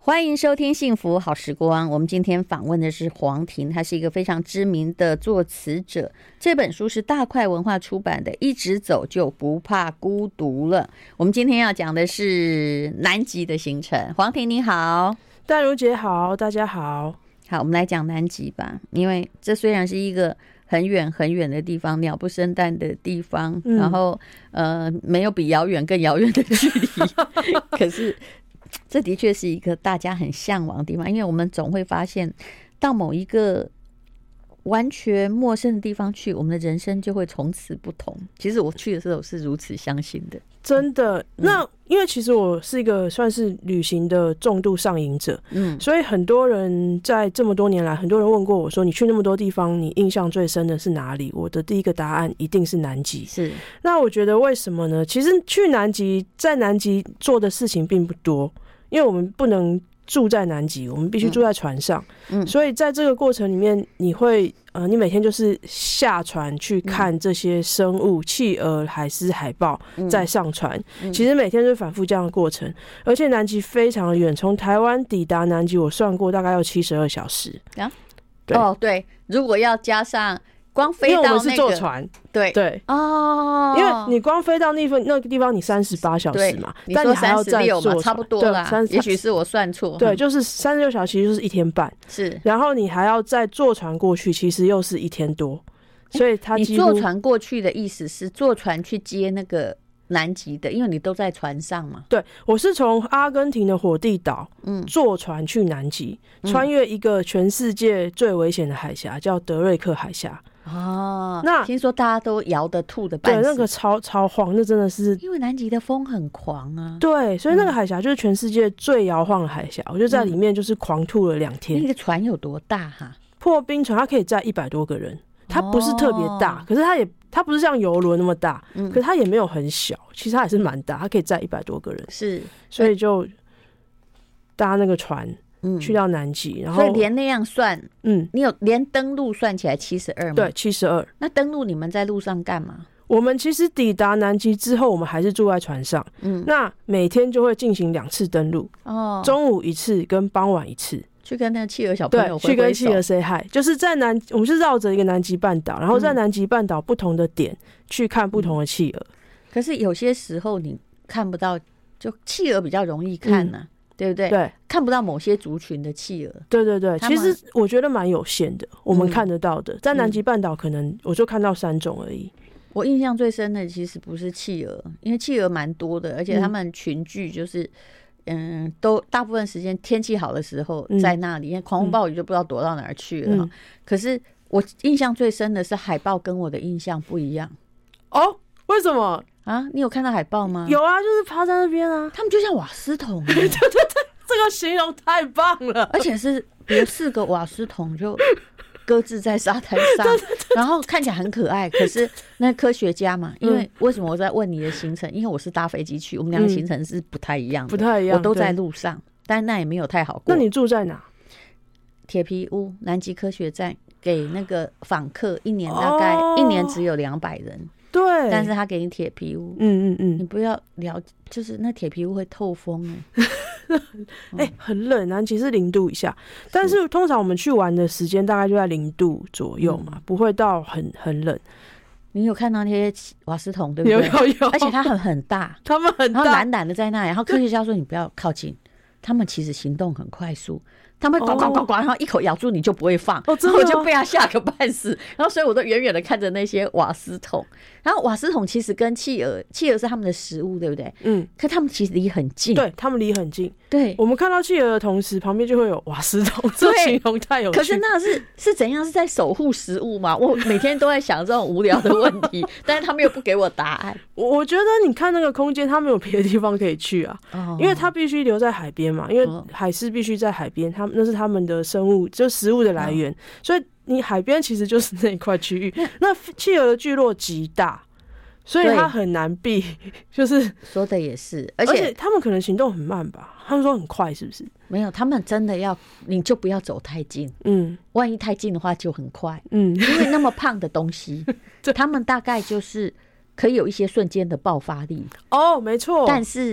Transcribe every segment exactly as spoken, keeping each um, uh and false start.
欢迎收听幸福好时光。我们今天访问的是黄婷，她是一个非常知名的作词者。这本书是大块文化出版的《一直走就不怕孤独了》。我们今天要讲的是南极的行程。黄婷你好。 淡如姐好，大家好。 好，我们来讲南极吧。因为这虽然是一个很远很远的地方，鸟不生蛋的地方，嗯、然后呃，没有比遥远更遥远的距离，可是这的确是一个大家很向往的地方，因为我们总会发现到某一个完全陌生的地方去，我们的人生就会从此不同。其实我去的时候是如此相信的， 真的。那因为其实我是一个算是旅行的重度上瘾者，嗯，所以很多人在这么多年来，很多人问过我说，你去那么多地方，你印象最深的是哪里？我的第一个答案一定是南极。 是。那我觉得为什么呢？其实去南极，在南极做的事情并不多，因为我们不能住在南极，我们必须住在船上，嗯，所以在这个过程里面，你会呃，你每天就是下船去看这些生物，企鹅、海狮、海豹，再上船，嗯，其实每天就反复这样的过程，而且南极非常的远，从台湾抵达南极，我算过大概要七十二小时啊。对哦，对，如果要加上。光飞到那个，因为我们是坐船， 对对哦，因为你光飞到那份那个地方，你三十八小时嘛， 但你还要再坐船，差不多啦，也许是我算错， 对，就是三十六小时，其实就是一天半， 是， 然后你还要再坐船过去，其实又是一天多，所以他你坐船过去的意思是坐船去接那个南极的，因为你都在船上嘛。 对，我是从阿根廷的火地岛，嗯，坐船去南极，穿越一个全世界最危险的海峡，叫德瑞克海峡。 哦，那听说大家都摇得吐的半死， 对，那个超超晃，那真的是因为南极的风很狂啊。 对，所以那个海峡就是全世界最摇晃的海峡，嗯，我就在里面就是狂吐了两天。 那个船有多大哈，啊？ 破冰船它可以载一百多个人，它不是特别大，哦，可是它也它不是像邮轮那么大，嗯，可是它也没有很小，其实它还是蛮大，它可以载一百多个人。 是， 所以就搭那个船。嗯，去到南极，然后所以连那样算，嗯，你有连登陆算起来七十二吗？ 对，七十二。 那登陆你们在路上干嘛？ 我们其实抵达南极之后，我们还是住在船上，嗯，那每天就会进行两次登陆，哦，中午一次跟傍晚一次， 去跟那个企鹅小朋友挥挥手， 对，去跟企鹅 say hi， 就是在南，我们是绕着一个南极半岛，然后在南极半岛不同的点去看不同的企鹅，嗯。 可是有些时候你看不到，就企鹅比较容易看呢，啊。嗯，对不对？ 对， 看不到某些族群的企鹅。 对对对，其实我觉得蛮有限的，我们看得到的，嗯，在南极半岛可能我就看到三种而已。 我印象最深的其实不是企鹅，因为企鹅蛮多的，而且他们群聚就是嗯，嗯，都大部分时间天气好的时候在那里，因为狂风暴雨就不知道躲到哪儿去了，嗯。可是我印象最深的是海豹，跟我的印象不一样。 哦，为什么？ 啊，你有看到海豹吗？ 有啊，就是趴在那边啊， 他们就像瓦斯桶。 对对对，这个形容太棒了， 而且是比如四个瓦斯桶就搁置在沙滩上，对对对，然后看起来很可爱。可是那科学家嘛，因为为什么我在问你的行程？因为我是搭飞机去，我们两个行程是不太一样的， 不太一样。 我都在路上，但那也没有太好过。 那你住在哪？ 铁皮屋，南极科学站，给那个访客一年大概，哦，一年只有两百人。对，但是他给你铁皮屋，嗯嗯嗯，你不要聊，就是那铁皮屋会透风哎， 哎、欸，很冷，南极是零度以下，但是通常我们去玩的时间大概就在零度左右嘛，嗯，不会到很很冷。 你有看到那些瓦斯桶对不对？ 有有有， 而且它很很大， 他们很大， 然后懒懒的在那里，然后科学家说你不要靠近，他们其实行动很快速。他们呱呱呱呱，然后一口咬住你就不会放，哦，真的，我就被他吓个半死。然后所以我都远远的看着那些瓦斯桶，然后瓦斯桶其实跟企鹅，企鹅是他们的食物，对不对？嗯，可他们其实离很近， 对，他们离很近。 对， 我们看到企鹅的同时，旁边就会有瓦斯桶，这形容太有趣。 可是那是是怎样？是在守护食物吗？我每天都在想这种无聊的问题，但是他们又不给我答案。 我觉得你看那个空间，他没有别的地方可以去啊，哦，因为他必须留在海边嘛，因为海狮必须在海边，他们那是他们的生物，就食物的来源，哦，所以你海边其实就是那一块区域。那企鹅的聚落极大，所以它很难避，就是说的也是， 而且, 而且他们可能行动很慢吧？他们说很快，是不是？ 没有，他们真的要，你就不要走太近，嗯，万一太近的话就很快，嗯，因为那么胖的东西，他们大概就是可以有一些瞬间的爆发力， 哦，没错， 但是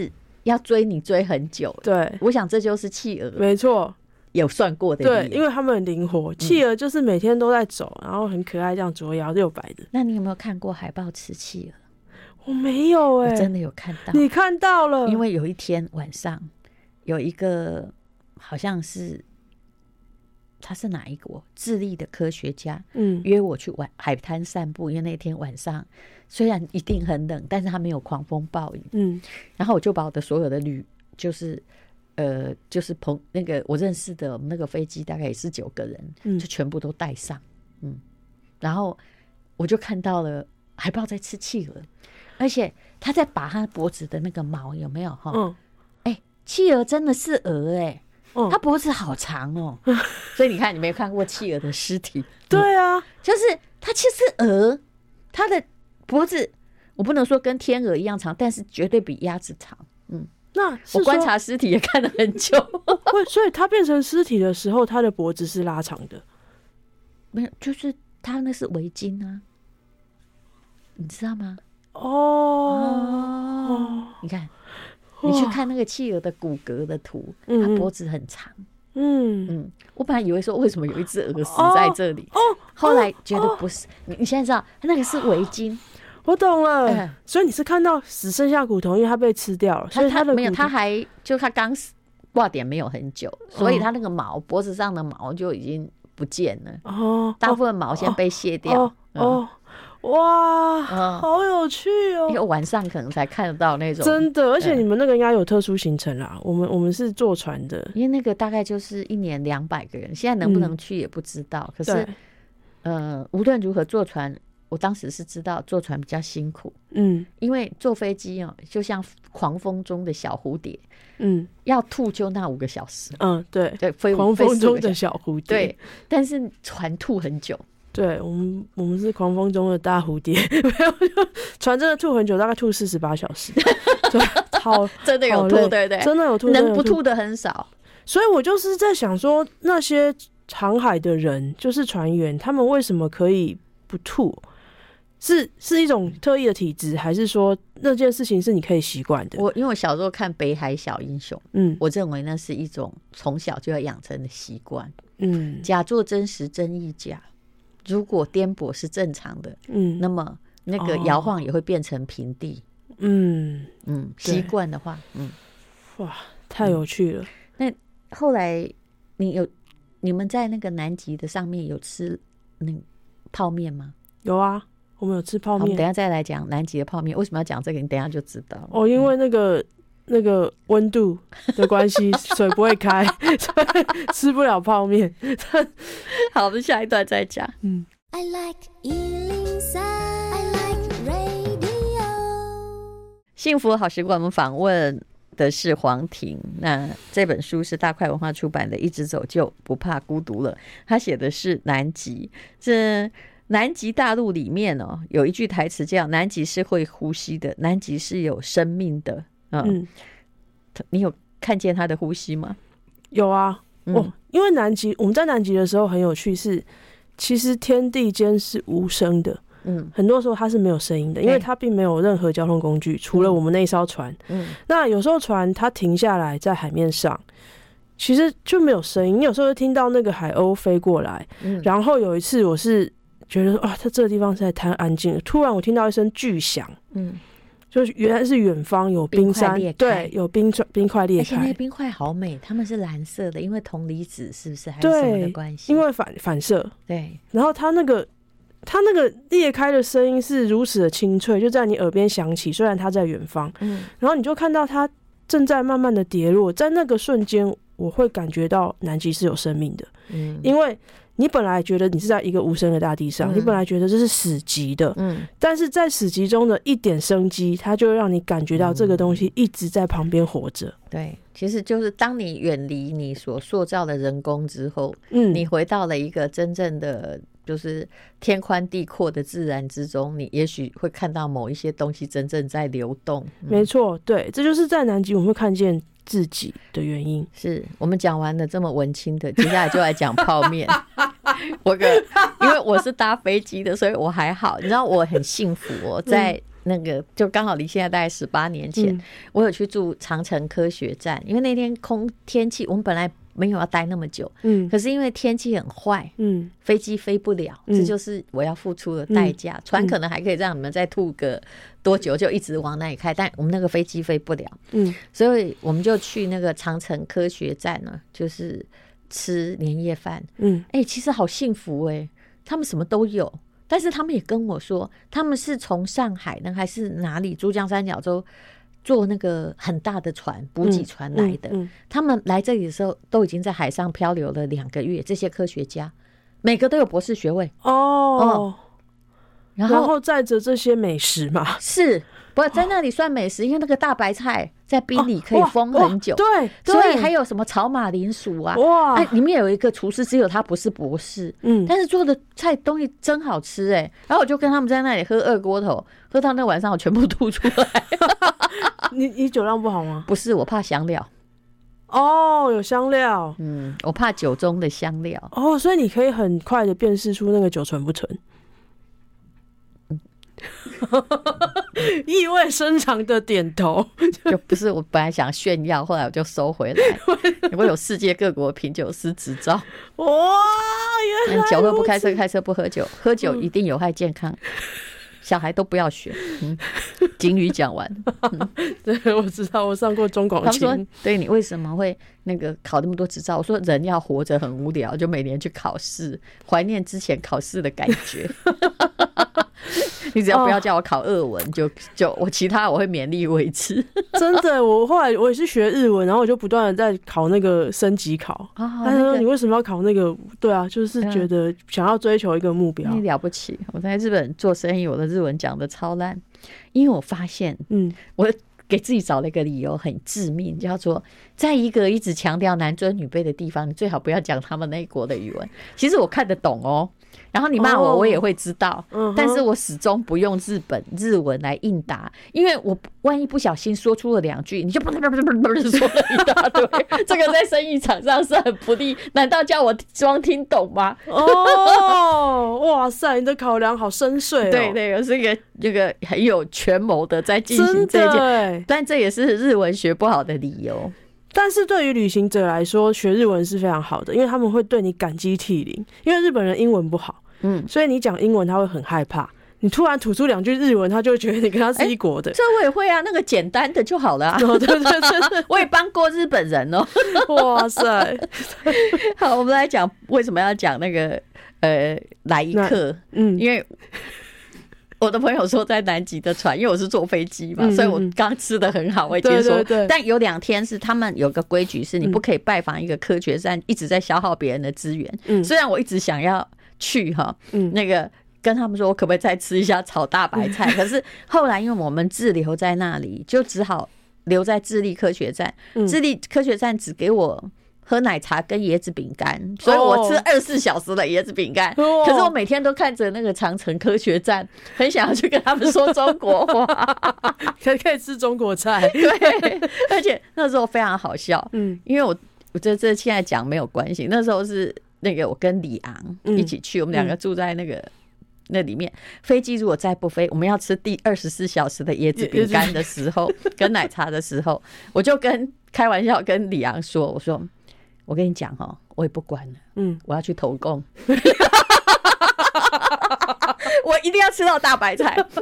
要追你追很久。 对， 我想这就是企鹅， 没错， 有算过的。 对，因为他们很灵活，企鹅就是每天都在走，然后很可爱，这样左摇右摆的。 那你有没有看过海豹吃企鹅？ 我没有哎、欸， 我真的有看到。 你看到了？ 因为有一天晚上，有一个好像是他是哪一国智利的科学家，嗯，约我去晚海滩散步，因为那天晚上虽然一定很冷，但是他没有狂风暴雨，嗯，然后我就把我的所有的旅就是呃就是朋那个我认识的我们那个飞机大概也是九个人，嗯，就全部都带上，嗯，然后我就看到了海豹在吃企鹅。而且他在拔他脖子的那个毛，有没有哈？嗯，哎、欸，企鹅真的是鹅哎、欸，嗯，它脖子好长哦、喔，所以你看，你没有看过企鹅的尸体？ 对啊， 就是它其实鹅，它的脖子我不能说跟天鹅一样长，但是绝对比鸭子长。嗯， 那我观察尸体也看了很久， 所以它变成尸体的时候，它的脖子是拉长的。 没有，就是它那是围巾啊，你知道吗？哦, 哦，你看，你去看那个企鹅的骨骼的图，它脖子很长。嗯嗯，我本来以为说为什么有一只鹅死在这里，哦，后来觉得不是。你你现在知道，那个是围巾。 我懂了，嗯、所以你是看到只剩下骨头，因为它被吃掉了，所以它的没有，它还就它刚挂点没有很久，所以它那个毛脖子上的毛就已经不见了。哦，大部分毛先被卸掉。哦。 嗯哦哇、嗯，好有趣哦！ 因为晚上可能才看得到那种， 真的，而且你们那个应该有特殊行程啦。嗯、我们我们是坐船的， 因为那个大概就是一年两百个人，现在能不能去也不知道。嗯、可是，呃，无论如何坐船，我当时是知道坐船比较辛苦，嗯，因为坐飞机哦，就像狂风中的小蝴蝶，嗯，要吐就那五个小时， 嗯，对对，飞狂风中的小蝴蝶， 对，但是船吐很久。 对我们，我们是狂风中的大蝴蝶，没有船真的吐很久，大概吐四十八小时，对，好， 真的有吐，对不对？ 真的有吐， 能不吐的很少。 所以我就是在想说，那些航海的人，就是船员，他们为什么可以不吐？是是一种特异的体质，还是说那件事情是你可以习惯的？ 我因为我小时候看《北海小英雄》，嗯，我认为那是一种从小就要养成的习惯。嗯，假作真实，真亦假。如果颠簸是正常的，嗯，那么那个摇晃也会变成平地，嗯嗯，习惯的话，嗯， 哇，太有趣了。 嗯、那后来你有你们在那个南极的上面有吃那泡面吗？ 有啊，我们有吃泡面。 我们等一下再来讲南极的泡面，为什么要讲这个？你等一下就知道了。 哦，因为那个。嗯那个温度的关系，水不会开，所以吃不了泡面。 好，我们下一段再讲。嗯 I like 一零三 I like radio。 幸福好时光，我们访问的是黄婷。那这本书是大块文化出版的《一直走就不怕孤独了》，他写的是南极。这南极大陆里面哦，有一句台词叫“南极是会呼吸的，南极是有生命的”。嗯, 嗯，你有看见他的呼吸吗？ 有啊，嗯、哦，因为南极我们在南极的时候很有趣是，其实天地间是无声的，嗯，很多时候它是没有声音的，因为它并没有任何交通工具，除了我们那一艘船，嗯，那有时候船它停下来在海面上，其实就没有声音，你有时候会听到那个海鸥飞过来，嗯，然后有一次我是觉得啊，它这个地方实在太安静了，突然我听到一声巨响，嗯。就是原来是远方有冰山， 冰对，有冰冰块裂开， 而且那个冰块好美，它们是蓝色的，因为铜离子是不是还是什么的关系？ 因为反反射， 对。 然后它那个它那个裂开的声音是如此的清脆，就在你耳边响起，虽然它在远方，嗯，然后你就看到它正在慢慢的跌落，在那个瞬间，我会感觉到南极是有生命的，嗯，因为。你本来觉得你是在一个无声的大地上，嗯、你本来觉得这是死寂的，嗯，但是在死寂中的一点生机，它就会让你感觉到这个东西一直在旁边活着。 对，其实就是当你远离你所塑造的人工之后，嗯，你回到了一个真正的就是天宽地阔的自然之中，你也许会看到某一些东西真正在流动。 嗯、没错，对，这就是在南极我们会看见自己的原因。 是我们讲完了这么文青的，接下来就来讲泡面。我个因为我是搭飞机的，所以我还好。你知道我很幸福哦，在那个就刚好离现在大概十八年前，嗯、我有去住长城科学站，因为那天空天气，我们本来没有要待那么久，嗯，可是因为天气很坏，嗯，飞机飞不了，嗯，这就是我要付出的代价。嗯、船可能还可以让你们再吐个多久，就一直往那里开，但我们那个飞机飞不了，嗯，所以我们就去那个长城科学站呢，就是吃年夜饭，嗯，哎、欸，其实好幸福哎、欸，他们什么都有。但是他们也跟我说，他们是从上海呢，还是哪里珠江三角洲坐那个很大的船补给船来的、嗯嗯嗯。他们来这里的时候，都已经在海上漂流了两个月。这些科学家每个都有博士学位哦，哦然后然后载着这些美食嘛， 是不在那里算美食？因为那个大白菜在冰里可以封很久， 哦、对, 对， 所以还有什么炒马铃薯啊？哇，哎，里面有一个厨师，只有他不是博士，嗯，但是做的菜东西真好吃哎、欸。然后我就跟他们在那里喝二锅头，喝到那晚上我全部吐出来。 你你酒量不好吗？ 不是，我怕香料。 哦，有香料， 嗯，我怕酒中的香料。 哦，所以你可以很快的辨识出那个酒纯不纯。意味深长的点头， 就不是我本来想炫耀，后来我就收回来。我有世界各国品酒师执照。 哇，原来酒喝不开车，开车不喝酒，喝酒一定有害健康。嗯、小孩都不要学。嗯，警语讲完。 嗯、对，我知道，我上过中广。 他们说，对你为什么会那个考那么多执照？我说人要活着很无聊，就每年去考试，怀念之前考试的感觉。你只要不要叫我考俄文，哦、就就我其他我会勉力维持。 真的，我后来我也是学日文，然后我就不断的在考那个升级考。哦、他说、那個、你为什么要考那个？对啊，就是觉得想要追求一个目标。 你了不起！我在日本做生意，我的日文讲的超烂，因为我发现，嗯，我给自己找了一个理由很致命，叫做在一个一直强调男尊女卑的地方，你最好不要讲他们那一国的语文。其实我看得懂哦。然后你骂我，我也会知道，哦、但是我始终不用日本日文来应答，因为我万一不小心说出了两句，你就不不不不不说了一大堆，这个在生意场上是很不利。难道叫我装听懂吗？ 哦，哇塞，你的考量好深邃、哦。 对对，我是一个这个很有权谋的在进行这件，但这也是日文学不好的理由。 但是对于旅行者来说，学日文是非常好的，因为他们会对你感激涕零。因为日本人英文不好，嗯，所以你讲英文他会很害怕。你突然吐出两句日文，他就会觉得你跟他是一国的。欸、 这我也会啊，那个简单的就好了啊。哦、对对对对，我也帮过日本人哦。 哇塞！ 好，我们来讲为什么要讲那个呃来一客，嗯，因为。我的朋友说在南极的船，因为我是坐飞机嘛，嗯、所以我刚吃的很好，我已经说。对对对，但有两天是他们有个规矩，是你不可以拜访一个科学站，一直在消耗别人的资源。嗯，虽然我一直想要去哈，嗯，那个跟他们说我可不可以再吃一下炒大白菜，嗯、可是后来因为我们滞留在那里，就只好留在智利科学站。嗯、智利科学站只给我喝奶茶跟椰子饼干，所以我吃二十四小时的椰子饼干。Oh. 可是我每天都看着那个长城科学站，很想要去跟他们说中国话， 可以可以吃中国菜。 对，而且那时候非常好笑，嗯，因为我我这这现在讲没有关系，那时候是那个我跟李昂一起去，嗯、我们两个住在那个。那里面飞机如果再不飞，我们要吃第二十四小时的椰子饼干的时候，跟奶茶的时候，我就跟开玩笑跟李昂说，我说我跟你讲哦，我也不管了，嗯，我要去投共，我一定要吃到大白菜，而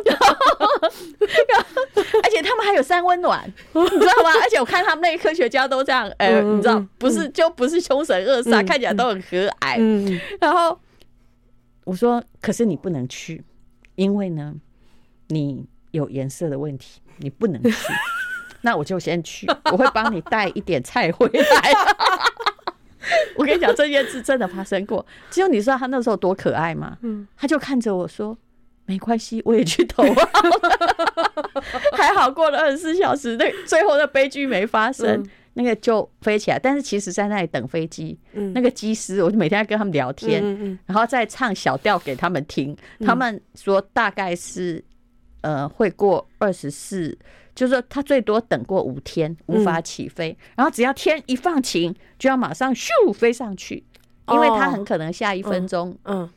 且他们还有三温暖，你知道吗？而且我看他们那个科学家都这样，呃，你知道，不是就不是凶神恶煞，看起来都很和蔼，然后。我说，可是你不能去，因为呢，你有颜色的问题，你不能去。那我就先去，我会帮你带一点菜回来。我跟你讲，这件事真的发生过。只有你知道他那时候多可爱吗？嗯，他就看着我说：“没关系，我也去投啊。”还好过了二十四小时，那最后的悲剧没发生。嗯，那个就飞起来，但是其实在那里等飞机，嗯、那个机师我就每天在跟他们聊天，嗯嗯、然后再唱小调给他们听。嗯、他们说大概是呃会过二十四，就是说他最多等过五天无法起飞，嗯、然后只要天一放晴就要马上咻飞上去，因为他很可能下一分钟，嗯。嗯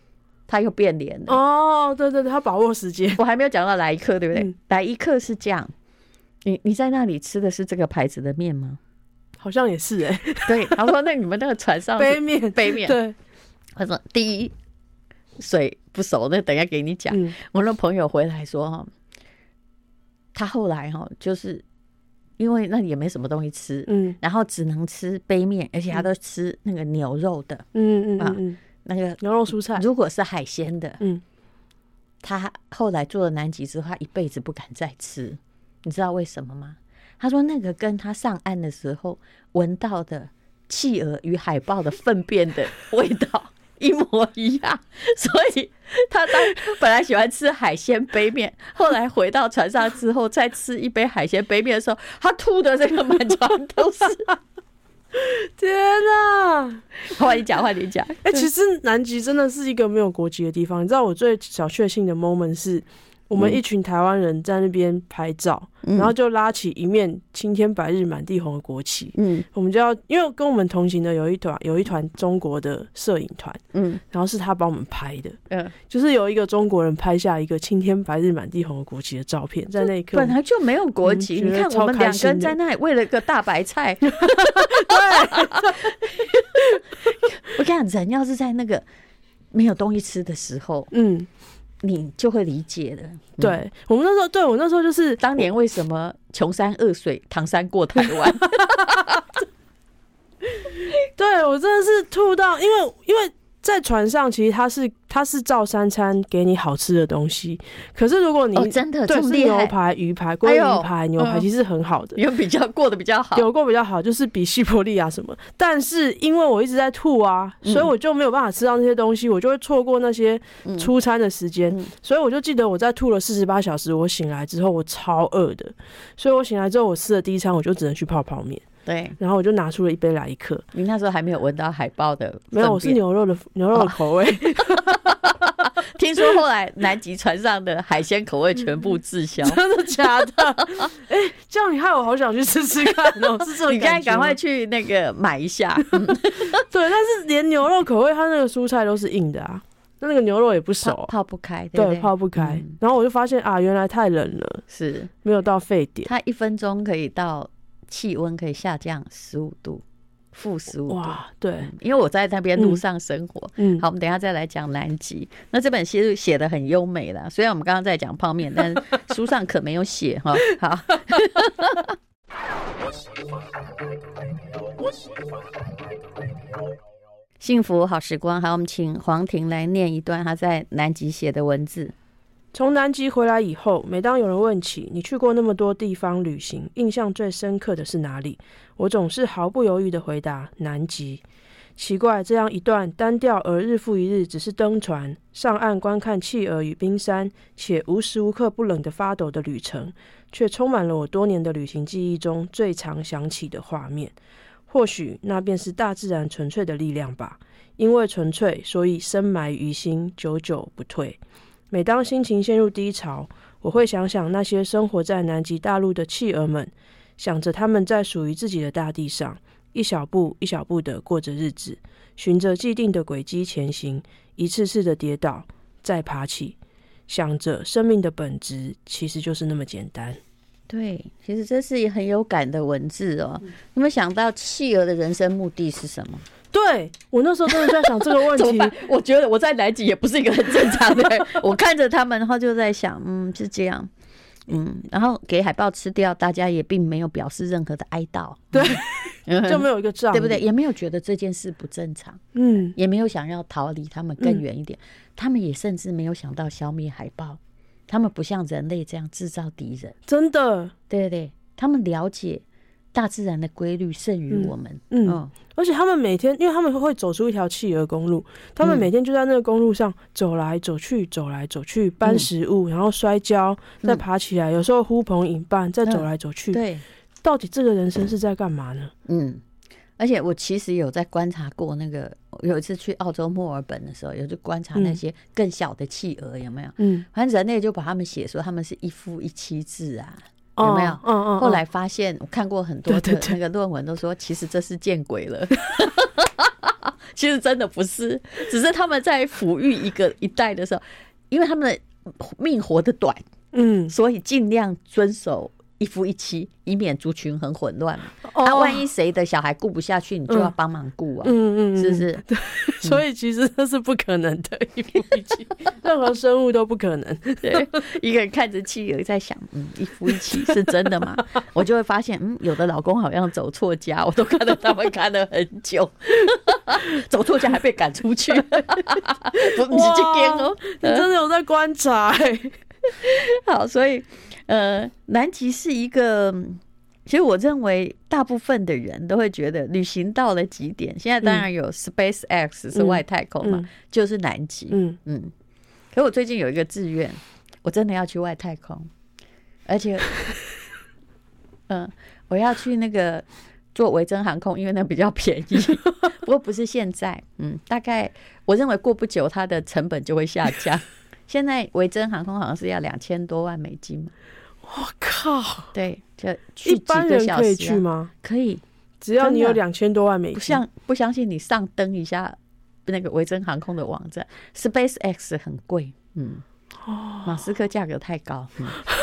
他又变脸了。 哦，对对对，他把握时间。 我还没有讲到来一克，对不对？ 嗯、 来一克是这样，你你在那里吃的是这个牌子的面吗？ 好像也是哎、欸。 对，他说那你们那个船上杯面杯面， 对， 他说第一水不熟，那等一下给你讲。嗯、我那朋友回来说哈，他后来哈就是因为那里也没什么东西吃，嗯，然后只能吃杯面，而且他都吃那个牛肉的，嗯嗯嗯嗯。啊那个牛肉蔬菜， 如果是海鲜的， 嗯， 他后来做了南极之后，他一辈子不敢再吃，你知道为什么吗？他说那个跟他上岸的时候闻到的企鹅与海豹的粪便的味道一模一样，所以他当本来喜欢吃海鲜杯面，后来回到船上之后再吃一杯海鲜杯面的时候，他吐的这个满船都是。 天哪！ 换你讲，换你讲。 哎、欸，其实南极真的是一个没有国籍的地方。你知道我最小确幸的 moment 是，我们一群台湾人在那边拍照，嗯、然后就拉起一面青天白日满地红的国旗。嗯，我们就要，因为跟我们同行的有一团有一团中国的摄影团，嗯，然后是他帮我们拍的，嗯，就是有一个中国人拍下一个青天白日满地红的国旗的照片，在那一刻本来就没有国旗，你看我们两个人在那里为了个大白菜，对，我跟你讲，人要是在那个没有东西吃的时候，嗯。你就会理解了。嗯、 对我们那时候，对我那时候就是当年为什么穷山恶水，唐山过台湾。 对我真的是吐到，因为因为在船上，其实它是它是照三餐给你好吃的东西。可是如果你、 哦、真的对是牛排、鱼排、鲑鱼排、牛排，其实很好的， 有比较过得比较好， 有过比较好，就是比西伯利亚什么。但是因为我一直在吐啊，所以我就没有办法吃到那些东西，我就会错过那些出餐的时间。嗯、所以我就记得我在吐了四十八小时，我醒来之后我超饿的，所以我醒来之后我吃了第一餐，我就只能去泡泡面。 对， 然后我就拿出了一杯来一克。 你那时候还没有闻到海豹的粪便， 没有，我是牛肉的牛肉的口味。 哦、听说后来南极船上的海鲜口味全部滞销， 真的假的？哎、欸，这样你害我好想去吃吃看哦！是这种感觉吗？ 你现在赶快去那个买一下。嗯、 对，但是连牛肉口味，它那个蔬菜都是硬的啊，那那个牛肉也不熟， 泡, 泡不开， 对, 对, 对，泡不开。嗯、然后我就发现啊，原来太冷了， 是没有到沸点， 它一分钟可以到。气温可以下降十五度，负十五度。 哇，对、 嗯，因为我在那边路上生活。嗯，好，我们等一下再来讲南极。那这本书写得很优美啦，虽然我们刚刚在讲泡面，但是书上可没有写哈。好。幸福好时光，好，我们请黄婷来念一段她在南极写的文字。 从南极回来以后，每当有人问起你去过那么多地方旅行，印象最深刻的是哪里，我总是毫不犹豫地回答南极。奇怪，这样一段单调而日复一日只是登船上岸观看企鹅与冰山，且无时无刻不冷得发抖的旅程，却充满了我多年的旅行记忆中最常想起的画面。或许那便是大自然纯粹的力量吧，因为纯粹，所以深埋于心，久久不退。每当心情陷入低潮，我会想想那些生活在南极大陆的企鹅们，想着他们在属于自己的大地上，一小步一小步地过着日子，循着既定的轨迹前行，一次次的跌倒，再爬起，想着生命的本质其实就是那么简单。 对，其实这是很有感的文字哦。嗯、有没有想到企鹅的人生目的是什么？ 对，我那时候真的在想这个问题。 我觉得我在南极也不是一个很正常的人，我看着他们，然后就在想，嗯，是这样，嗯，然后给海豹吃掉，大家也并没有表示任何的哀悼， 对，嗯、就没有一个账， 对不对？也没有觉得这件事不正常，嗯，也没有想要逃离他们更远一点，嗯、他们也甚至没有想到消灭海豹，他们不像人类这样制造敌人， 真的， 对对对，他们了解大自然的规律胜于我们， 嗯，嗯哦、而且他们每天，因为他们会走出一条企鹅公路，他们每天就在那个公路上走来走去，走来走去，搬食物，嗯、然后摔跤，再爬起来，嗯、有时候呼朋引伴，再走来走去，嗯、对，到底这个人生是在干嘛呢？ 嗯，而且我其实有在观察过那个，有一次去澳洲墨尔本的时候，有去观察那些更小的企鹅，有没有？嗯，反正人类就把他们写说他们是一夫一妻制啊。有没有？嗯嗯嗯、后来发现，我看过很多的那个论文，都说其实这是见鬼了。 其实真的不是，只是他们在抚育一个一代的时候，因为他们的命活得短， 嗯， 所以尽量遵守一夫一妻，以免族群很混乱嘛。 哦啊，万一谁的小孩顾不下去，你就要帮忙顾啊， 嗯嗯， 是不是？ 对，所以其实这是不可能的，一夫一妻，任何生物都不可能。 对，一个人看着妻儿在想，嗯，一夫一妻是真的吗？我就会发现，嗯，有的老公好像走错家，我都看到他们看了很久，走错家还被赶出去，不不是这边哦， 你真的有在观察欸。 好，所以呃，南极是一个，其实我认为大部分的人都会觉得旅行到了极点。现在当然有 SpaceX 是外太空嘛， 嗯、 就是南极。嗯嗯。可我最近有一个志愿，我真的要去外太空，而且，嗯、呃，我要去那个坐维珍航空，因为那比较便宜。不过不是现在，嗯，大概我认为过不久它的成本就会下降。现在维珍航空好像是要两千多万美金嘛。 我靠！ 对，就去几个小时、啊、 一般人可以去吗？ 可以， 只要你有两千多万美金。 不相不相信你上登一下那个维珍航空的网站 ，SpaceX 很贵，嗯，哦、马斯克价格太高。嗯、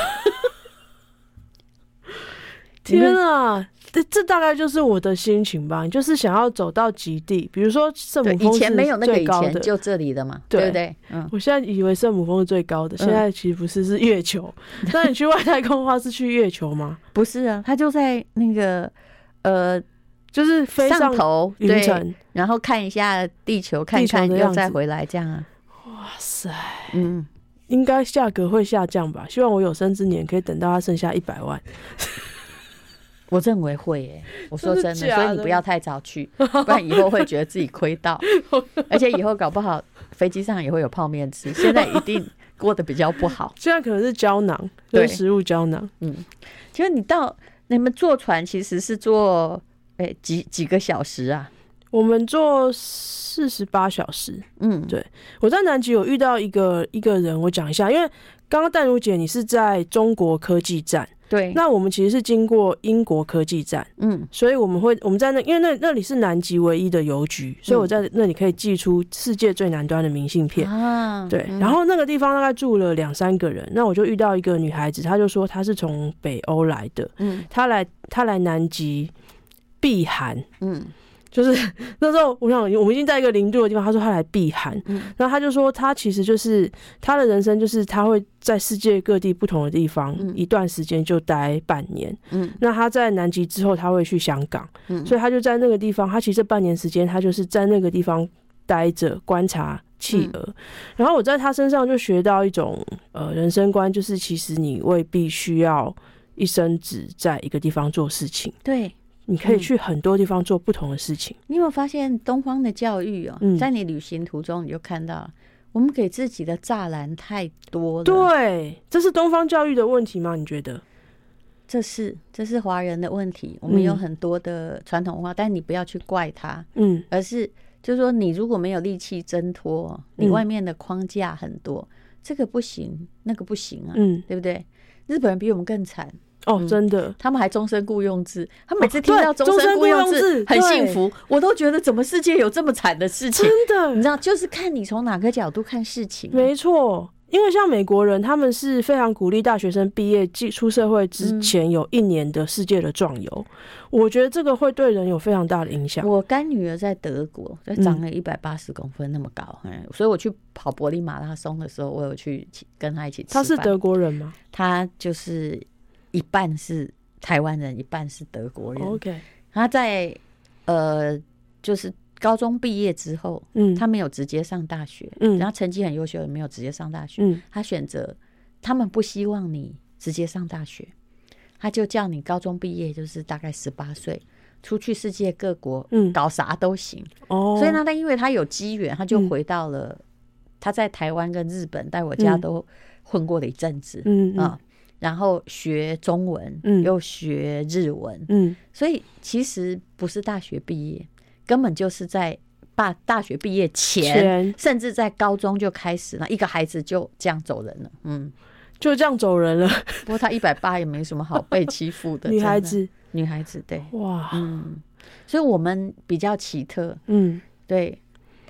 天啊！这这大概就是我的心情吧，就是想要走到极地，比如说圣母峰是最高的， 以前没有那个以前就这里的嘛， 对, 对不对？嗯， 我现在以为圣母峰是最高的，现在其实不是，是月球。那、嗯、你去外太空的话，是去月球吗？ 不是啊，它就在那个呃， 就是飞上头云层， 然后看一下地球，看一看又再回来，这样啊。 哇塞， 嗯， 应该价格会下降吧？希望我有生之年可以等到它剩下一百万。 我认为会耶、欸，我说真的，真的所以你不要太早去，不然以后会觉得自己亏到，而且以后搞不好飞机上也会有泡面吃。现在一定过得比较不好， 现在可能是胶囊，对，食物胶囊。 嗯，其实你到你们坐船其实是坐哎、欸、几几个小时啊？ 我们坐四十八小时。嗯，对，我在南极有遇到一个一个人，我讲一下，因为刚刚淡如姐你是在中国科技站。 对， 那我们其实是经过英国科技站，嗯，所以我们会我们在那，因为那那里是南极唯一的邮局，所以我在那里可以寄出世界最南端的明信片啊。对，然后那个地方大概住了两三个人，那我就遇到一个女孩子，她就说她是从北欧来的，嗯，她来她来南极避寒，嗯。就是那时候，我想我们已经在一个零度的地方。他说他来避寒，嗯，然后他就说他其实就是他的人生，就是他会在世界各地不同的地方，嗯、一段时间就待半年，嗯，那他在南极之后他会去香港，嗯，所以他就在那个地方，他其实这半年时间他就是在那个地方待着观察企鹅，嗯，然后我在他身上就学到一种呃人生观，就是其实你未必需要一生只在一个地方做事情， 对。 你可以去很多地方做不同的事情。 你有没有发现东方的教育哦，嗯、在你旅行途中你就看到，我们给自己的栅栏太多了。 对，这是东方教育的问题吗？你觉得？ 这是这是华人的问题。我们有很多的传统文化，嗯、但你不要去怪它，嗯，而是就是说，你如果没有力气挣脱，你外面的框架很多，嗯、这个不行，那个不行啊，嗯，对不对？日本人比我们更惨。 哦，真的， 他们还终身雇佣制，他每次听到终身雇佣制很幸福，我都觉得怎么世界有这么惨的事情？ 真的， 你知道，就是看你从哪个角度看事情。 没错，因为像美国人，他们是非常鼓励大学生毕业出社会之前有一年的世界的壮游，嗯、我觉得这个会对人有非常大的影响。 我干女儿在德国，就长了一百八十公分那么高，嗯，所以我去跑柏林马拉松的时候，我有去跟她一起吃饭。 她是德国人吗？ 她就是一半是台湾人，一半是德国人。 OK， 他在呃，就是高中毕业之后，嗯，他没有直接上大学，嗯，然后成绩很优秀，也没有直接上大学，嗯，他选择他们不希望你直接上大学，他就叫你高中毕业，就是大概十八岁出去世界各国，嗯，搞啥都行。哦，所以呢，他因为他有机缘，他就回到了、嗯、他在台湾跟日本带我家都混过了一阵子，嗯啊。嗯然后学中文，嗯，又学日文，嗯，所以其实不是大学毕业，根本就是在大大学毕业前，甚至在高中就开始了，一个孩子就这样走人了，嗯， 就这样走人了。 不过他一百八也没什么好被欺负的， 女孩子， 女孩子，对， 哇， 嗯，所以我们比较奇特， 嗯， 对，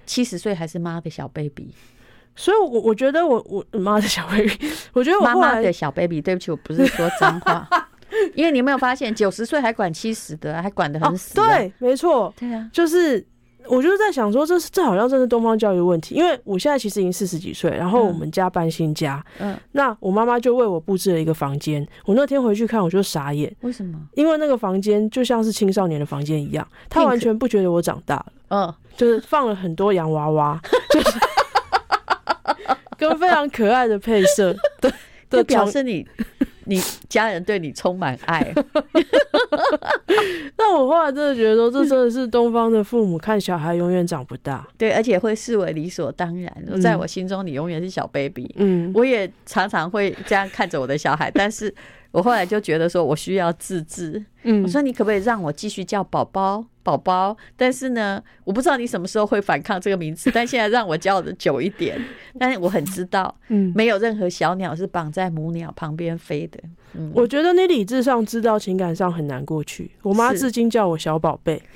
七十岁还是妈的小 baby。 所以我，我觉得我我妈的小 baby， 我觉得我妈妈的小 baby， 对不起，我不是说脏话，因为你有没有发现，九十岁还管七十的，还管得很死、啊哦。对，没错， 对啊， 就是我就是在想说，这是这好像真是东方教育的问题，因为我现在其实已经四十几岁，然后我们家搬新家，嗯，那我妈妈就为我布置了一个房间，我那天回去看，我就傻眼， 为什么？ 因为那个房间就像是青少年的房间一样，她完全不觉得我长大了，嗯，就是放了很多洋娃娃，就是。跟非常可爱的配色，对， 就表示你你家人对你充满爱。 但我后来真的觉得说，这真的是东方的父母看小孩永远长不大， 对，而且会视为理所当然。嗯、在我心中，你永远是小 baby。嗯，我也常常会这样看着我的小孩，但是我后来就觉得说我需要自制。嗯，我说你可不可以让我继续叫宝宝？宝宝，但是呢，我不知道你什么时候会反抗这个名字，但现在让我叫的久一点。但是我很知道，嗯，没有任何小鸟是绑在母鸟旁边飞的。嗯， 我觉得你理智上知道，情感上很难过去。我妈至今叫我小宝贝。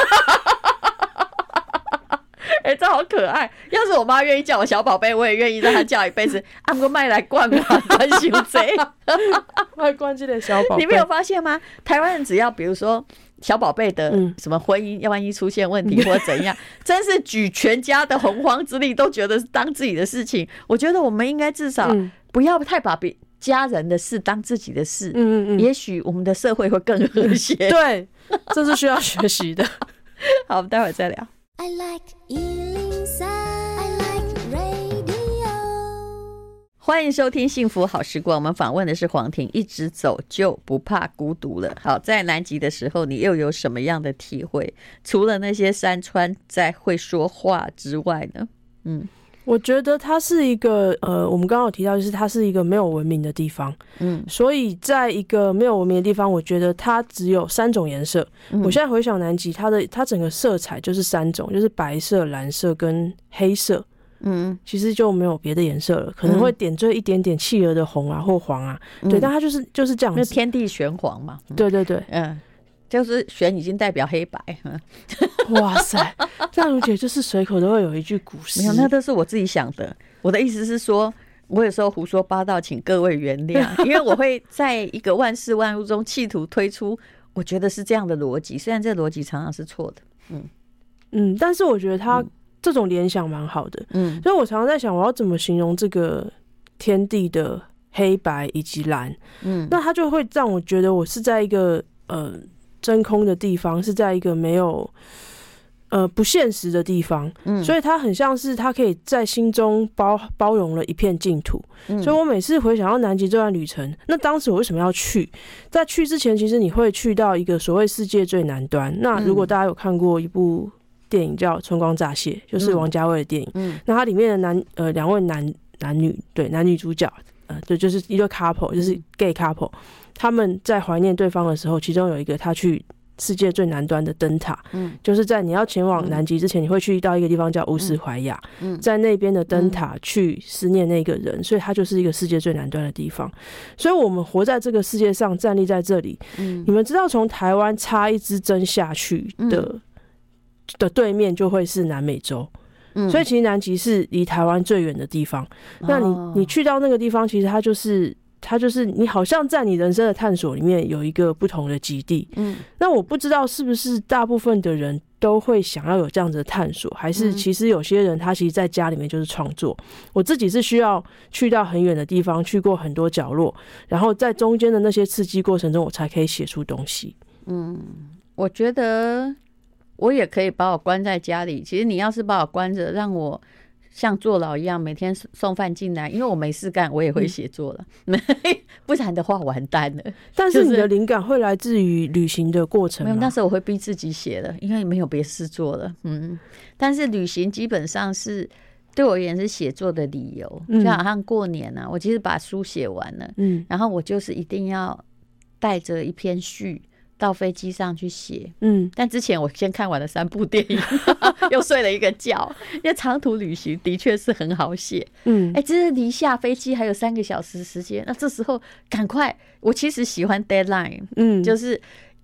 哎、欸，这好可爱！要是我妈愿意叫我小宝贝，我也愿意让她叫一辈子。阿哥麦来灌我，关心贼， 卖关这个小宝贝。 你没有发现吗？台湾人只要比如说小宝贝的什么婚姻，要万一出现问题或者怎样，真是举全家的洪荒之力，都觉得是当自己的事情。我觉得我们应该至少不要太把别家人的事当自己的事。嗯嗯嗯，也许我们的社会会更和谐。 对，这是需要学习的。 好，我们待会儿再聊。 I like 一零三 I like radio。 欢迎收听幸福好时光，我们访问的是黄婷，一直走就不怕孤独了。好，在南极的时候你又有什么样的体会？除了那些山川在会说话之外呢？嗯， 我觉得它是一个呃，我们刚刚有提到，就是它是一个没有文明的地方，嗯，所以在一个没有文明的地方，我觉得它只有三种颜色。嗯、我现在回想南极，它的它整个色彩就是三种，就是白色、蓝色跟黑色。嗯，其实就没有别的颜色了，可能会点缀一点点企鹅的红啊或黄啊，嗯、对，但它就是就是这样子， 天地玄黄嘛。 嗯、对对对， 嗯。就是玄已经代表黑白。 哇塞，淡如姐就是随口都会有一句古诗。 没有，那都是我自己想的。我的意思是说，我有时候胡说八道，请各位原谅，因为我会在一个万事万物中企图推出我觉得是这样的逻辑，虽然这逻辑常常是错的。嗯嗯，但是我觉得他这种联想蛮好的。嗯，所以我常常在想，我要怎么形容这个天地的黑白以及蓝？嗯，那它就会让我觉得我是在一个呃。真空的地方，是在一个没有呃不现实的地方，嗯，所以它很像是它可以在心中包包容了一片净土。嗯、所以我每次回想到南极这段旅程，那当时我为什么要去？在去之前，其实你会去到一个所谓世界最南端。那如果大家有看过一部电影叫《春光乍泄》，就是王家卫的电影，嗯，那它里面的男呃两位男男女对男女主角，呃对，就是一对 couple， 就是 gay couple。他们在怀念对方的时候，其中有一个他去世界最南端的灯塔，嗯，就是在你要前往南极之前，你会去到一个地方叫乌斯怀亚，嗯，在那边的灯塔去思念那个人，所以它就是一个世界最南端的地方。所以我们活在这个世界上，站立在这里，嗯，你们知道从台湾插一支针下去的、嗯、的对面就会是南美洲。嗯、所以其实南极是离台湾最远的地方。哦、那你你去到那个地方，其实它就是它就是你好像在你人生的探索里面有一个不同的基地。嗯，那我不知道是不是大部分的人都会想要有这样子的探索，还是其实有些人他其实在家里面就是创作。我自己是需要去到很远的地方，去过很多角落，然后在中间的那些刺激过程中，我才可以写出东西。嗯， 我觉得我也可以把我关在家里。其实你要是把我关着，让我像坐牢一样每天送饭进来，因为我没事干，我也会写作了。嗯、不然的话完蛋了。 但是你的灵感会来自于旅行的过程吗？ 没有，那时候我会逼自己写了，因为没有别事做了。嗯，但是旅行基本上是对我而言是写作的理由。嗯、就好像过年啊，我其实把书写完了，嗯，然后我就是一定要带着一篇序到飞机上去写，嗯，但之前我先看完了三部电影，又睡了一个觉。因为长途旅行的确是很好写，嗯，哎、欸，真的离下飞机还有三个小时时间，那这时候赶快，我其实喜欢 deadline， 嗯，就是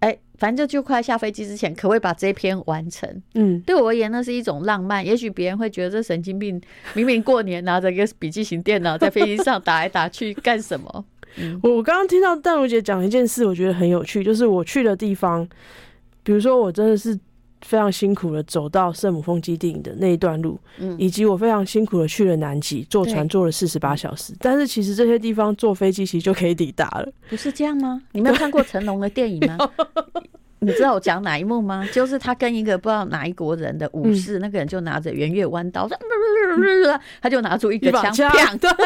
哎，反正就快下飞机之前，可不可以把这篇完成？嗯，对我而言，那是一种浪漫。也许别人会觉得这神经病，明明过年拿着一个笔记型电脑在飞机上打来打去干什么？嗯、 我刚刚听到淡如姐讲一件事，我觉得很有趣，就是我去的地方，比如说我真的是非常辛苦的走到圣母峰基地的那一段路，嗯，以及我非常辛苦的去了南极，坐船坐了四十八小时，但是其实这些地方坐飞机其实就可以抵达了， 不是这样吗？你没有看过成龙的电影吗？你知道我讲哪一幕吗？就是他跟一个不知道哪一国人的武士，嗯、那个人就拿着圆月弯刀，嗯、他就拿出一个枪， 枪对。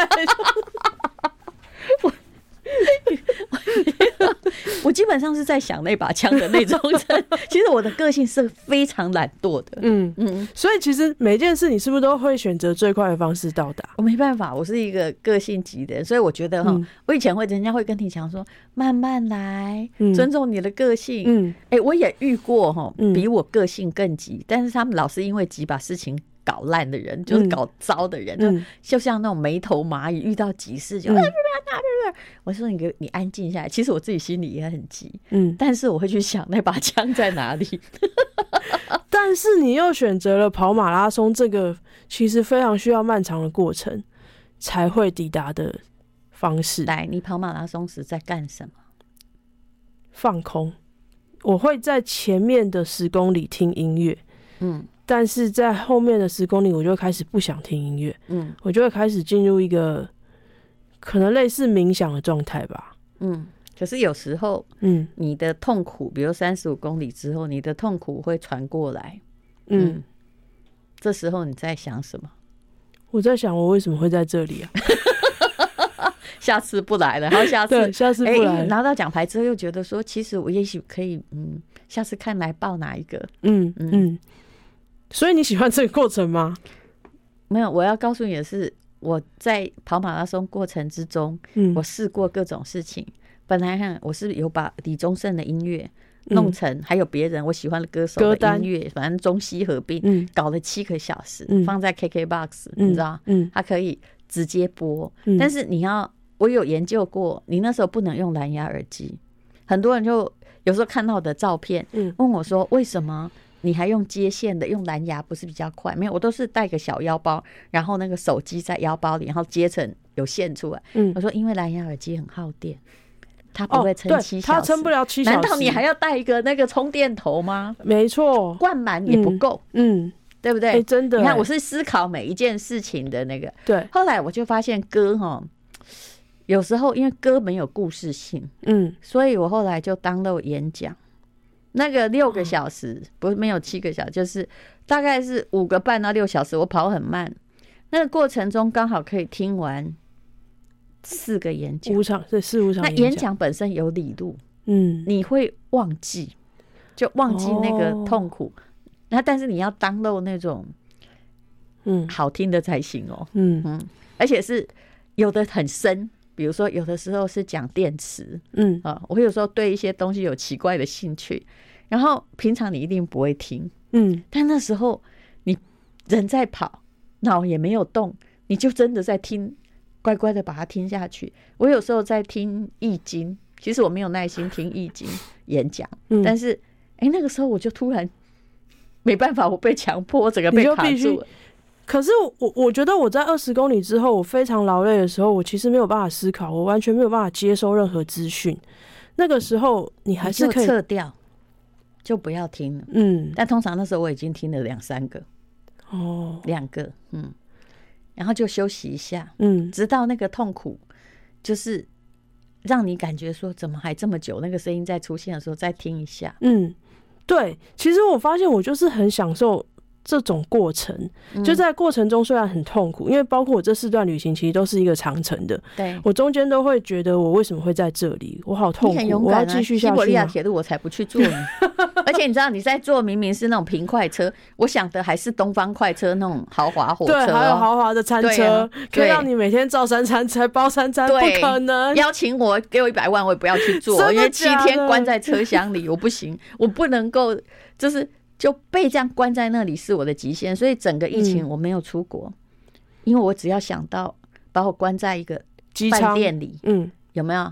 我基本上是在想那把枪的那种人。其实我的个性是非常懒惰的， 嗯嗯，所以其实每件事你是不是都会选择最快的方式到达？ 我没办法，我是一个个性急的人，所以我觉得哈，嗯、我以前会人家会跟你讲说慢慢来，嗯、尊重你的个性。嗯，哎、欸，我也遇过哈，比我个性更急，但是他们老是因为急把事情搞烂的人，就是搞糟的人，嗯、就就像那种没头蚂蚁遇到急事就。嗯我说你给你安静下来，其实我自己心里也很急，嗯，但是我会去想那把枪在哪里。 但是你又选择了跑马拉松这个其实非常需要漫长的过程才会抵达的方式。 来，你跑马拉松时在干什么？ 放空。我会在前面的十公里听音乐，嗯，但是在后面的十公里我就开始不想听音乐，嗯，我就会开始进入一个可能类似冥想的状态吧。 嗯，可是有时候，嗯，你的痛苦，比如三十五公里之后，你的痛苦会传过来，嗯，嗯这时候你在想什么？ 我在想，我为什么会在这里啊？ 下次不来了，然后下次， 对，下次不来了、 欸。拿到奖牌之后，又觉得说，其实我也许可以，嗯，下次看来报哪一个？ 嗯嗯嗯。所以你喜欢这个过程吗？ 没有，我要告诉你的是。我在跑马拉松过程之中，嗯、我试过各种事情。本来我是有把李宗盛的音乐弄成，嗯、还有别人我喜欢的歌手的音乐，反正中西合并，嗯、搞了七个小时，嗯、放在 K K B O X，嗯、你知道，嗯、它可以直接播。嗯、但是你要，我有研究过，你那时候不能用蓝牙耳机。很多人就有时候看到我的照片，嗯、问我说为什么？你还用接线的，用蓝牙不是比较快？没有，我都是带个小腰包，然后那个手机在腰包里，然后接成有线出来。嗯，我说因为蓝牙耳机很耗电，它不会撑七小时， 它撑不了七小时。 难道你还要带一个那个充电头吗？ 没错， 灌满也不够。嗯，嗯对不对？ 欸、真的， 你看我是思考每一件事情的那个。 对， 后来我就发现歌哈，有时候因为歌没有故事性，嗯，所以我后来就当了演讲。那个六个小时，不是没有七个小时，就是大概是五个半到六小时，我跑很慢。那个过程中刚好可以听完四个演讲， 五场对四五场。 那演讲本身有理路，嗯，你会忘记，就忘记那个痛苦。那、哦、但是你要download那种，嗯，好听的才行哦，嗯嗯，而且是有的很深。比如说有的时候是讲电池，嗯啊，我有时候对一些东西有奇怪的兴趣，然后平常你一定不会听，嗯，但那时候你人在跑，脑也没有动，你就真的在听，乖乖的把它听下去。我有时候在听易经，其实我没有耐心听易经演讲，嗯、但是哎、欸，那个时候我就突然没办法，我被强迫，整个被卡住了。 可是我我觉得我在二十公里之后，我非常劳累的时候，我其实没有办法思考，我完全没有办法接收任何资讯。那个时候你还是可以撤掉，就不要听了。嗯，但通常那时候我已经听了两三个，哦，两个，嗯，然后就休息一下，嗯，直到那个痛苦就是让你感觉说怎么还这么久，那个声音再出现的时候再听一下。 嗯，对，其实我发现我就是很享受这种过程，就在过程中虽然很痛苦，因为包括我这四段旅行其实都是一个长程的，对，我中间都会觉得我为什么会在这里，我好痛苦， 你很勇敢啊，我要继续下去。西伯利亚铁路我才不去坐呢。而且你知道你在坐明明是那种平快车，我想的还是东方快车那种豪华火车， 对，还有豪华的餐车，可以让你每天照三餐才包三餐，不可能。 邀请我给我一百万我也不要去坐，因为七天关在车厢里我不行，我不能够就是就被这样关在那里是我的极限，所以整个疫情我没有出国，嗯、因为我只要想到把我关在一个饭店里，嗯，有没有？嗯，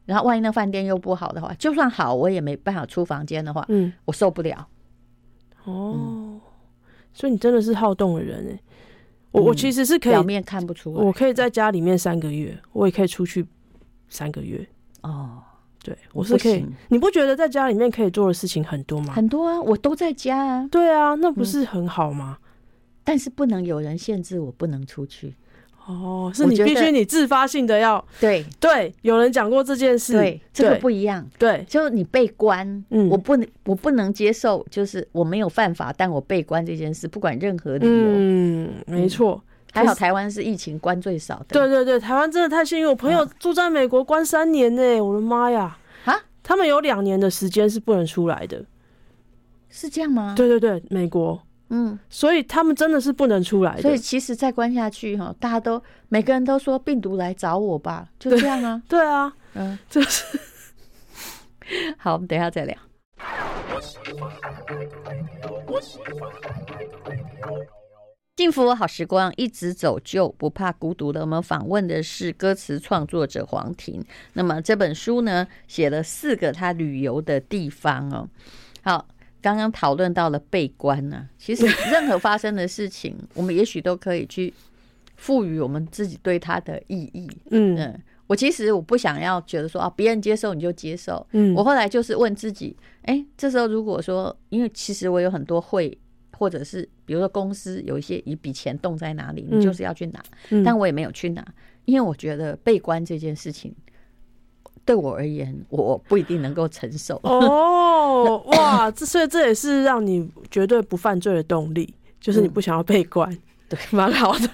然后万一那饭店又不好的话，就算好我也没办法出房间的话，嗯，我受不了。 哦，嗯、所以你真的是好动的人哎。我、嗯、我其实是可以表面看不出来， 我可以在家里面三个月，我也可以出去三个月。 哦， 对，我是可以。你不觉得在家里面可以做的事情很多吗？ 很多啊，我都在家啊。 对啊，那不是很好吗？嗯、 但是不能有人限制我不能出去。 哦，是你必须你自发性的要对对，有人讲过这件事， 对，这个不一样， 对， 就是你被关，嗯，我不能我不能接受，就是我没有犯法，但我被关这件事，不管任何理由， 嗯，没错。 还好台湾是疫情关最少的， 对对对，台湾真的太幸运。我朋友住在美国关三年呢、欸，我的妈呀！啊，他们有两年的时间是不能出来的， 是这样吗？ 对对对，美国。嗯，所以他们真的是不能出来的。 所以其实再关下去哈，大家都每个人都说病毒来找我吧，就这样啊。 对, 对啊，嗯，就是好，我们等一下再聊。幸福好时光，一直走就不怕孤独的。我们访问的是歌词创作者黄庭。那么这本书呢，写了四个他旅游的地方哦。好。刚刚讨论到了被关呢、啊，其实任何发生的事情，我们也许都可以去赋予我们自己对它的意义。嗯, 嗯，我其实我不想要觉得说啊，别人接受你就接受。嗯，我后来就是问自己，哎、欸，这时候如果说，因为其实我有很多会，或者是比如说公司有一些一笔钱动在哪里，你就是要去拿，嗯、但我也没有去拿，因为我觉得被关这件事情。对我而言，我不一定能够承受。 哦，哇，这所以这也是让你绝对不犯罪的动力，就是你不想要被关，嗯、对，蛮好的。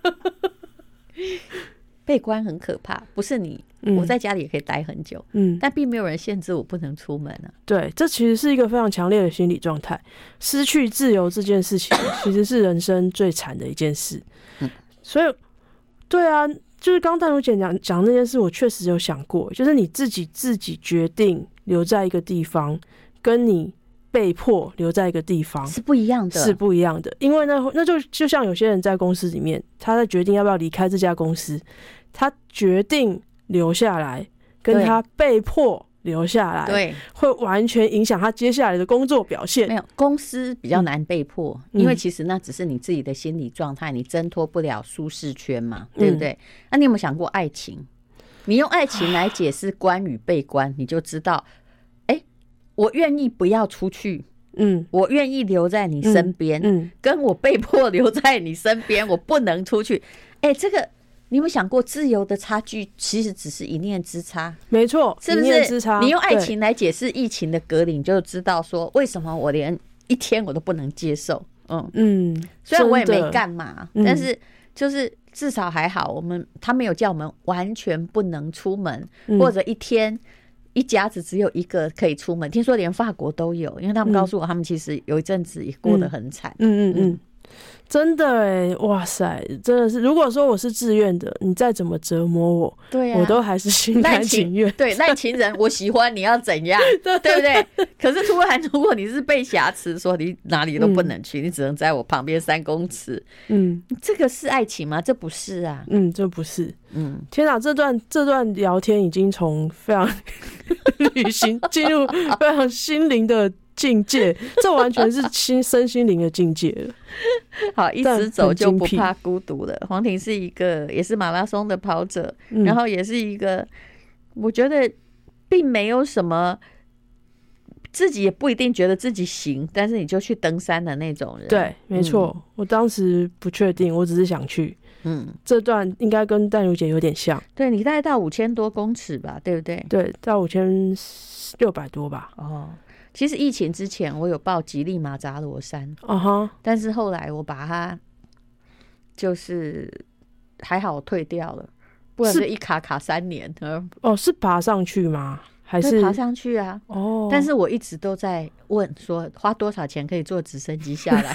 被关很可怕，不是你，嗯、我在家里也可以待很久，嗯，但并没有人限制我不能出门啊。 对，这其实是一个非常强烈的心理状态。失去自由这件事情，其实是人生最惨的一件事。嗯，所以，对啊。就是刚淡如姐讲讲那件事，我确实有想过，就是你自己自己决定留在一个地方，跟你被迫留在一个地方是不一样的， 是不一样的。因为那那就就像有些人在公司里面，他在决定要不要离开这家公司，他决定留下来，跟他被迫留下来，对，会完全影响他接下来的工作表现。 没有，公司比较难被迫，嗯、因为其实那只是你自己的心理状态，你挣脱不了舒适圈嘛，对不对？嗯、那你有没有想过爱情？你用爱情来解释关与被关，你就知道，哎，我愿意不要出去，嗯，我愿意留在你身边，嗯，嗯跟我被迫留在你身边，我不能出去，哎，这个。你有没有想过，自由的差距其实只是一念之差？ 没错， 是不是？ 一念之差。 你用爱情来解释疫情的隔离，你就知道说为什么我连一天我都不能接受。嗯嗯，虽然我也没干嘛，但是就是至少还好，我们他没有叫我们完全不能出门，嗯、或者一天一家子只有一个可以出门。听说连法国都有，因为他们告诉我，他们其实有一阵子也过得很惨。嗯嗯嗯。嗯真的哎，哇塞，真的是！如果说我是自愿的，你再怎么折磨我，对啊，我都还是心甘情愿。 对，赖情人，我喜欢，你要怎样？对, 对不对？可是突然，如果你是被挟持，说你哪里都不能去，嗯、你只能在我旁边三公尺，嗯，这个是爱情吗？这不是啊， 嗯，这不是。嗯，天哪，这段这段聊天已经从非常旅行进入非常心灵的。境界，这完全是心身心灵的境界了。 好，一直走就不怕孤独了。黄庭是一个也是马拉松的跑者，嗯、然后也是一个我觉得并没有什么，自己也不一定觉得自己行，但是你就去登山的那种人。 对，没错，嗯、我当时不确定，我只是想去。嗯，这段应该跟淡如姐有点像。 对，你大概到五千多公尺吧，对不对？ 对，到五千六百多吧。 哦。其实疫情之前我有报吉利马扎罗山， uh-huh. 但是后来我把它就是还好我退掉了，不然就一卡卡三年。 哦，是爬上去吗？还是爬上去啊？哦，但是我一直都在问说花多少钱可以坐直升机下来，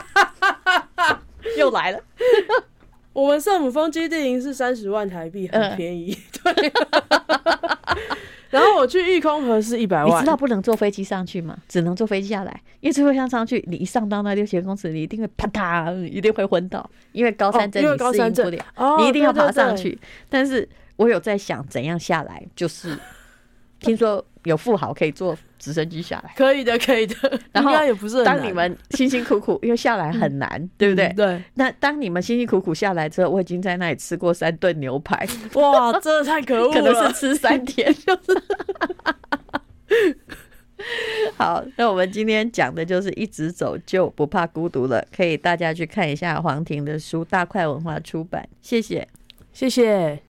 又来了。 我们圣母峰基地营是三十万台币，很便宜。嗯、对。然后我去玉空河是一百万， 你知道不能坐飞机上去吗？只能坐飞机下来，因为坐飞机上去，你一上到那六千公尺，你一定会啪嗒，一定会昏倒，因为高山症你适应不了，哦、你一定要爬上去。对对对，但是我有在想怎样下来，就是听说有富豪可以坐直升机下来， 可以的，可以的。 然后应该也不是很难。 当你们辛辛苦苦，因为下来很难，嗯、对不对？ 对。 那当你们辛辛苦苦下来之后，我已经在那里吃过三顿牛排， 哇，真的太可恶了， 可能是吃三天，就是。好，那我们今天讲的就是一直走就不怕孤独了，可以大家去看一下黄婷的书，大块文化出版。谢谢， 谢谢。